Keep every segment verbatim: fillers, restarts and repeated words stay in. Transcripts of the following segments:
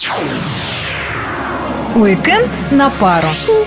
Уикенд на пару.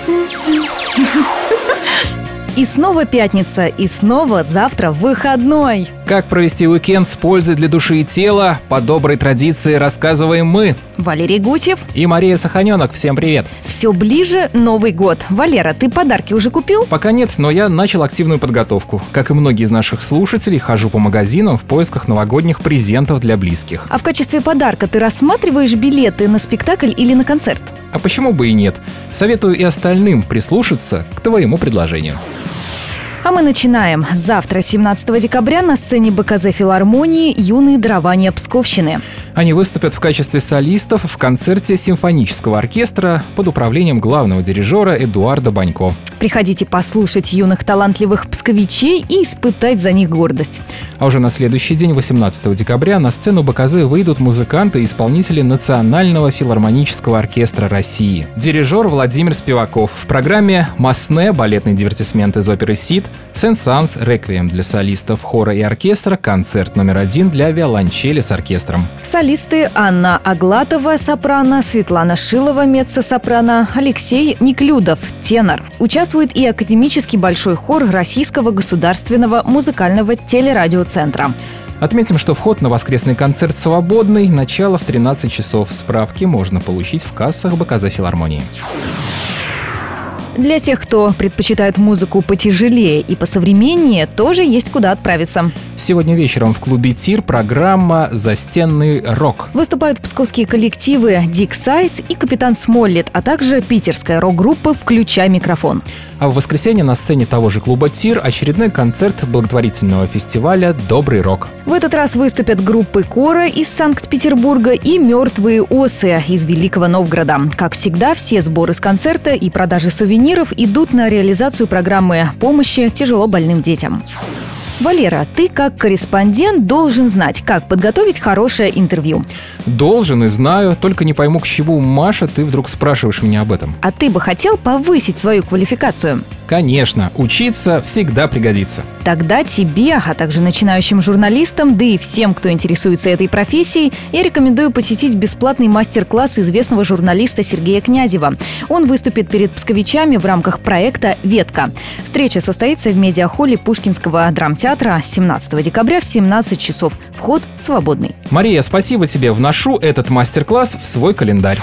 И снова пятница, и снова завтра выходной. Как провести уикенд с пользой для души и тела, по доброй традиции рассказываем мы, Валерий Гусев и Мария Саханенок. Всем привет. Все ближе Новый год. Валера, ты подарки уже купил? Пока нет, но я начал активную подготовку. Как и многие из наших слушателей, хожу по магазинам в поисках новогодних презентов для близких. А в качестве подарка ты рассматриваешь билеты на спектакль или на концерт? А почему бы и нет? Советую и остальным прислушаться к твоему предложению. А мы начинаем. Завтра, семнадцатого декабря, на сцене БКЗ филармонии «Юные дарования Псковщины». Они выступят в качестве солистов в концерте симфонического оркестра под управлением главного дирижера Эдуарда Банько. Приходите послушать юных талантливых псковичей и испытать за них гордость. А уже на следующий день, восемнадцатого декабря, на сцену БКЗ выйдут музыканты и исполнители Национального филармонического оркестра России. Дирижер Владимир Спиваков. В программе «Масне» балетный дивертисмент из оперы «Сид», «Сен-Санс», реквием для солистов хора и оркестра, концерт номер один для виолончели с оркестром. Солисты Анна Аглатова, сопрано, Светлана Шилова, меццо-сопрано, Алексей Неклюдов, тенор. Участвует и академический большой хор Российского государственного музыкального телерадиоцентра. Отметим, что вход на воскресный концерт свободный, начало в тринадцать часов. Справки можно получить в кассах БКЗ филармонии. Для тех, кто предпочитает музыку потяжелее и посовременнее, тоже есть куда отправиться. Сегодня вечером в клубе «Тир» программа «Застенный рок». Выступают псковские коллективы «Дик Сайз» и «Капитан Смоллет», а также питерская рок-группа «Включай микрофон». А в воскресенье на сцене того же клуба «Тир» очередной концерт благотворительного фестиваля «Добрый рок». В этот раз выступят группы «Кора» из Санкт-Петербурга и «Мертвые осы» из Великого Новгорода. Как всегда, все сборы с концерта и продажи сувениров идут на реализацию программы помощи тяжело больным детям. Валера, ты как корреспондент должен знать, как подготовить хорошее интервью. Должен и знаю, только не пойму, к чему, Маша, ты вдруг спрашиваешь меня об этом. А ты бы хотел повысить свою квалификацию? Конечно, учиться всегда пригодится. Тогда тебе, а также начинающим журналистам, да и всем, кто интересуется этой профессией, я рекомендую посетить бесплатный мастер-класс известного журналиста Сергея Князева. Он выступит перед псковичами в рамках проекта «Ветка». Встреча состоится в медиахолле Пушкинского драмтеатра семнадцатого декабря в семнадцать часов. Вход свободный. Мария, спасибо тебе. Вношу этот мастер-класс в свой календарь.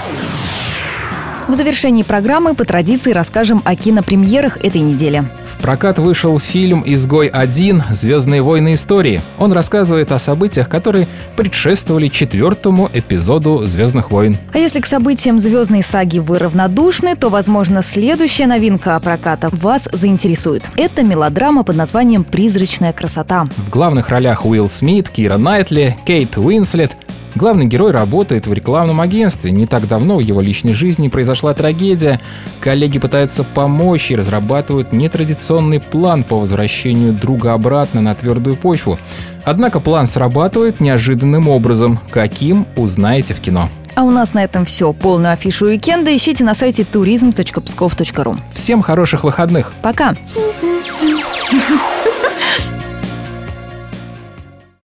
В завершении программы по традиции расскажем о кинопремьерах этой недели. В прокат вышел фильм «Изгой один. Звездные войны истории». Он рассказывает о событиях, которые предшествовали четвертому эпизоду «Звездных войн». А если к событиям звездной саги вы равнодушны, то, возможно, следующая новинка проката вас заинтересует. Это мелодрама под названием «Призрачная красота». В главных ролях Уилл Смит, Кира Найтли, Кейт Уинслет. Главный герой работает в рекламном агентстве. Не так давно в его личной жизни произошла трагедия. Коллеги пытаются помочь и разрабатывают нетрадиционный план по возвращению друга обратно на твердую почву. Однако план срабатывает неожиданным образом. Каким, узнаете в кино. А у нас на этом все. Полную афишу уикенда ищите на сайте туризм точка псков точка ру. Всем хороших выходных. Пока.